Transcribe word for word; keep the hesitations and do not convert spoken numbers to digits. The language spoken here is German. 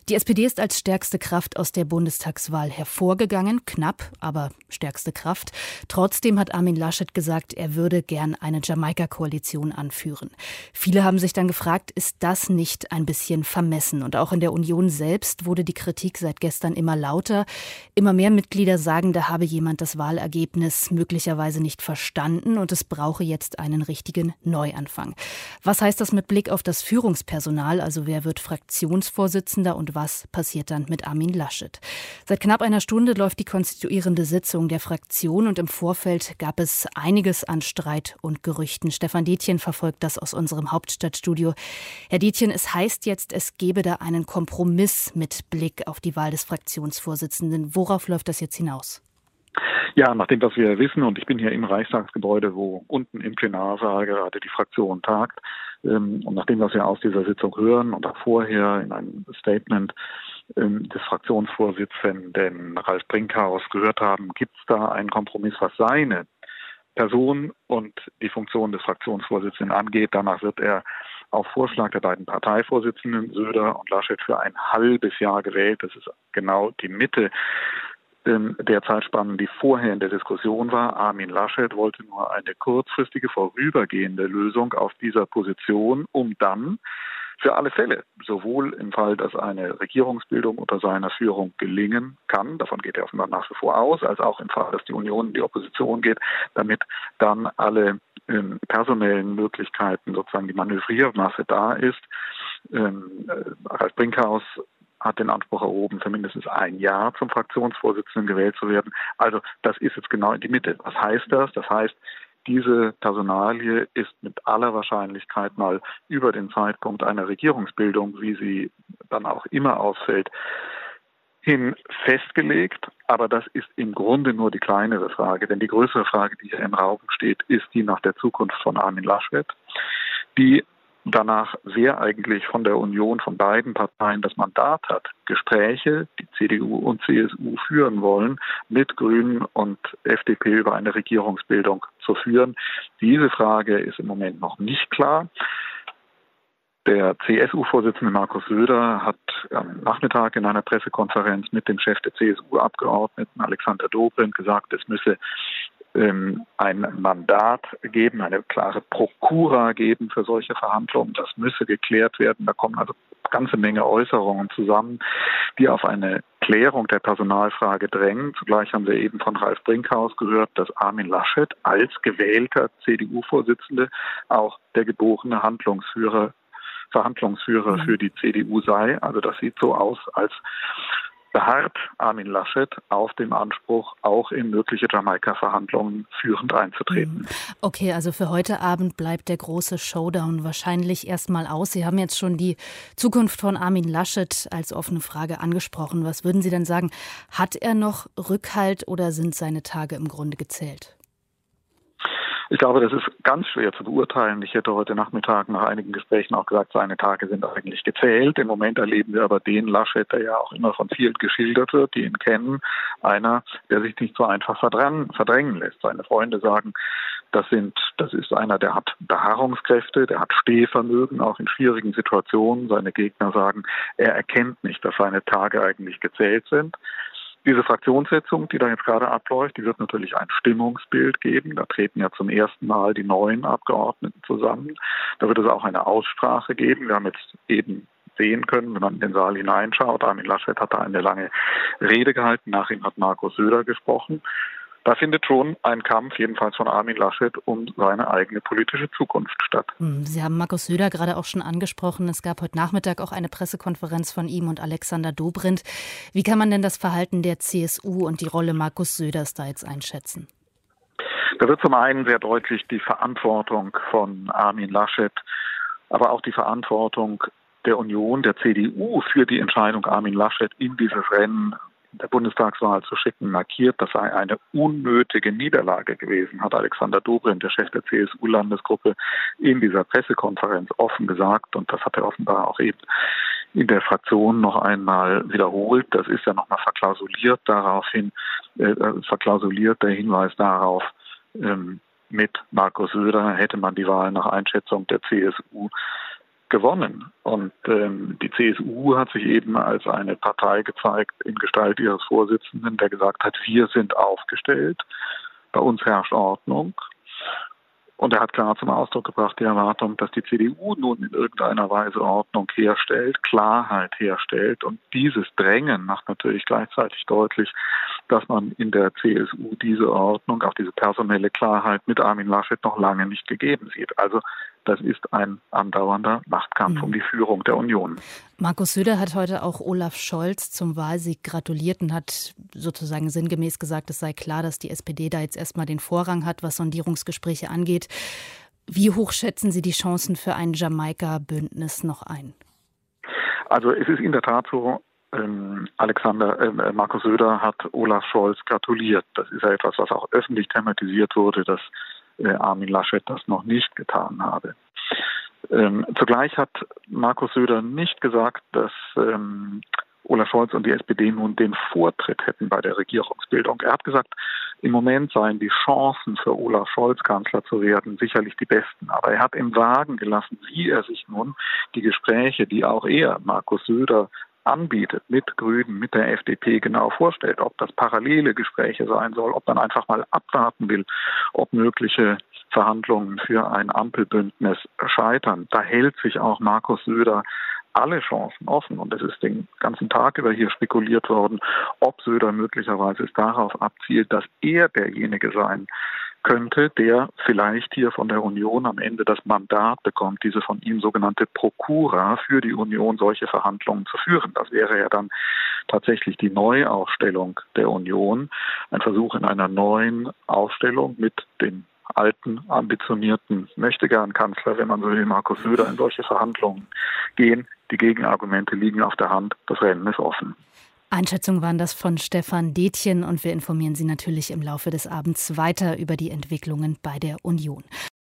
Die S P D ist als stärkste Kraft aus der Bundestagswahl hervorgegangen. Knapp, aber stärkste Kraft. Trotzdem hat Armin Laschet gesagt, er würde gern eine Jamaika-Koalition anführen. Viele haben sich dann gefragt, ist das nicht ein bisschen vermessen? Und auch in der Union selbst wurde die Kritik seit gestern immer lauter. Immer mehr Mitglieder sagen, da habe jemand das Wahlergebnis möglicherweise nicht verstanden und es brauche jetzt einen richtigen Neuanfang. Was heißt das mit Blick auf das Führungspersonal? Also wer wird Fraktionsvorsitzender und was passiert dann mit Armin Laschet? Seit knapp einer Stunde läuft die konstituierende Sitzung der Fraktion und im Vorfeld gab es einiges an Streit und Gerüchten. Stefan Detjen verfolgt das aus unserem Hauptstadtstudio. Herr Detjen, es heißt jetzt, es gebe da einen Kompromiss mit Blick auf die Wahl des Fraktionsvorsitzenden. Worauf läuft das jetzt hinaus? Ja, nach dem, was wir wissen, und ich bin hier im Reichstagsgebäude, wo unten im Plenarsaal gerade die Fraktion tagt, und nach dem, was wir aus dieser Sitzung hören und auch vorher in einem Statement des Fraktionsvorsitzenden Ralf Brinkhaus gehört haben, gibt es da einen Kompromiss, was seine Person und die Funktion des Fraktionsvorsitzenden angeht. Danach wird er auf Vorschlag der beiden Parteivorsitzenden Söder und Laschet für ein halbes Jahr gewählt. Das ist genau die Mitte der Zeitspannen, die vorher in der Diskussion war. Armin Laschet wollte nur eine kurzfristige, vorübergehende Lösung auf dieser Position, um dann für alle Fälle, sowohl im Fall, dass eine Regierungsbildung unter seiner Führung gelingen kann, davon geht er offenbar nach wie vor aus, als auch im Fall, dass die Union in die Opposition geht, damit dann alle ähm, personellen Möglichkeiten, sozusagen die Manövriermasse da ist. Ähm, äh, Ralf Brinkhaus hat den Anspruch erhoben, für mindestens ein Jahr zum Fraktionsvorsitzenden gewählt zu werden. Also das ist jetzt genau in die Mitte. Was heißt das? Das heißt, diese Personalie ist mit aller Wahrscheinlichkeit mal über den Zeitpunkt einer Regierungsbildung, wie sie dann auch immer ausfällt, hin festgelegt. Aber das ist im Grunde nur die kleinere Frage. Denn die größere Frage, die hier im Raum steht, ist die nach der Zukunft von Armin Laschet, die danach sehr eigentlich von der Union, von beiden Parteien das Mandat hat, Gespräche, die C D U und C S U führen wollen, mit Grünen und F D P über eine Regierungsbildung zu führen. Diese Frage ist im Moment noch nicht klar. Der C S U-Vorsitzende Markus Söder hat am Nachmittag in einer Pressekonferenz mit dem Chef der C S U-Abgeordneten Alexander Dobrindt gesagt, es müsse ein Mandat geben, eine klare Prokura geben für solche Verhandlungen. Das müsse geklärt werden. Da kommen also eine ganze Menge Äußerungen zusammen, die auf eine Klärung der Personalfrage drängen. Zugleich haben wir eben von Ralf Brinkhaus gehört, dass Armin Laschet als gewählter C D U-Vorsitzende auch der geborene Handlungsführer, Verhandlungsführer für die C D U sei. Also das sieht so aus, als beharrt Armin Laschet auf dem Anspruch, auch in mögliche Jamaika-Verhandlungen führend einzutreten. Okay, also für heute Abend bleibt der große Showdown wahrscheinlich erstmal aus. Sie haben jetzt schon die Zukunft von Armin Laschet als offene Frage angesprochen. Was würden Sie denn sagen? Hat er noch Rückhalt oder sind seine Tage im Grunde gezählt? Ich glaube, das ist ganz schwer zu beurteilen. Ich hätte heute Nachmittag nach einigen Gesprächen auch gesagt, seine Tage sind eigentlich gezählt. Im Moment erleben wir aber den Laschet, der ja auch immer von vielen geschildert wird, die ihn kennen. Einer, der sich nicht so einfach verdrängen, verdrängen lässt. Seine Freunde sagen, das sind, das ist einer, der hat Beharrungskräfte, der hat Stehvermögen, auch in schwierigen Situationen. Seine Gegner sagen, er erkennt nicht, dass seine Tage eigentlich gezählt sind. Diese Fraktionssitzung, die da jetzt gerade abläuft, die wird natürlich ein Stimmungsbild geben. Da treten ja zum ersten Mal die neuen Abgeordneten zusammen. Da wird es auch eine Aussprache geben. Wir haben jetzt eben sehen können, wenn man in den Saal hineinschaut, Armin Laschet hat da eine lange Rede gehalten. Nach ihm hat Markus Söder gesprochen. Da findet schon ein Kampf, jedenfalls von Armin Laschet, um seine eigene politische Zukunft statt. Sie haben Markus Söder gerade auch schon angesprochen. Es gab heute Nachmittag auch eine Pressekonferenz von ihm und Alexander Dobrindt. Wie kann man denn das Verhalten der C S U und die Rolle Markus Söders da jetzt einschätzen? Da wird zum einen sehr deutlich die Verantwortung von Armin Laschet, aber auch die Verantwortung der Union, der C D U für die Entscheidung, Armin Laschet in dieses Rennen der Bundestagswahl zu schicken, markiert. Das sei eine unnötige Niederlage gewesen, hat Alexander Dobrindt, der Chef der C S U-Landesgruppe, in dieser Pressekonferenz offen gesagt. Und das hat er offenbar auch eben in der Fraktion noch einmal wiederholt. Das ist ja nochmal verklausuliert daraufhin, äh, verklausuliert der Hinweis darauf, ähm, mit Markus Söder hätte man die Wahl nach Einschätzung der C S U gewonnen. Und ähm, die C S U hat sich eben als eine Partei gezeigt in Gestalt ihres Vorsitzenden, der gesagt hat, wir sind aufgestellt, bei uns herrscht Ordnung. Und er hat klar zum Ausdruck gebracht die Erwartung, dass die C D U nun in irgendeiner Weise Ordnung herstellt, Klarheit herstellt. Und dieses Drängen macht natürlich gleichzeitig deutlich, dass man in der C S U diese Ordnung, auch diese personelle Klarheit mit Armin Laschet noch lange nicht gegeben sieht. Also das ist ein andauernder Machtkampf mhm. um die Führung der Union. Markus Söder hat heute auch Olaf Scholz zum Wahlsieg gratuliert und hat sozusagen sinngemäß gesagt, es sei klar, dass die S P D da jetzt erstmal den Vorrang hat, was Sondierungsgespräche angeht. Wie hoch schätzen Sie die Chancen für ein Jamaika-Bündnis noch ein? Also es ist in der Tat so, ähm, Alexander, äh, Markus Söder hat Olaf Scholz gratuliert. Das ist ja etwas, was auch öffentlich thematisiert wurde, dass äh, Armin Laschet das noch nicht getan habe. Ähm, zugleich hat Markus Söder nicht gesagt, dass ähm, Olaf Scholz und die S P D nun den Vortritt hätten bei der Regierungsbildung. Er hat gesagt, im Moment seien die Chancen für Olaf Scholz Kanzler zu werden sicherlich die besten. Aber er hat im Wagen gelassen, wie er sich nun die Gespräche, die auch er, Markus Söder, anbietet, mit Grünen, mit der F D P genau vorstellt. Ob das parallele Gespräche sein soll, ob man einfach mal abwarten will, ob mögliche Verhandlungen für ein Ampelbündnis scheitern. Da hält sich auch Markus Söder alle Chancen offen. Und es ist den ganzen Tag über hier spekuliert worden, ob Söder möglicherweise es darauf abzielt, dass er derjenige sein könnte, der vielleicht hier von der Union am Ende das Mandat bekommt, diese von ihm sogenannte Prokura für die Union solche Verhandlungen zu führen. Das wäre ja dann tatsächlich die Neuaufstellung der Union, ein Versuch in einer neuen Aufstellung mit dem alten, ambitionierten Möchtegern-Kanzler, wenn man so will, Markus Söder, in solche Verhandlungen gehen. Die Gegenargumente liegen auf der Hand, das Rennen ist offen. Einschätzungen waren das von Stefan Detjen und wir informieren Sie natürlich im Laufe des Abends weiter über die Entwicklungen bei der Union.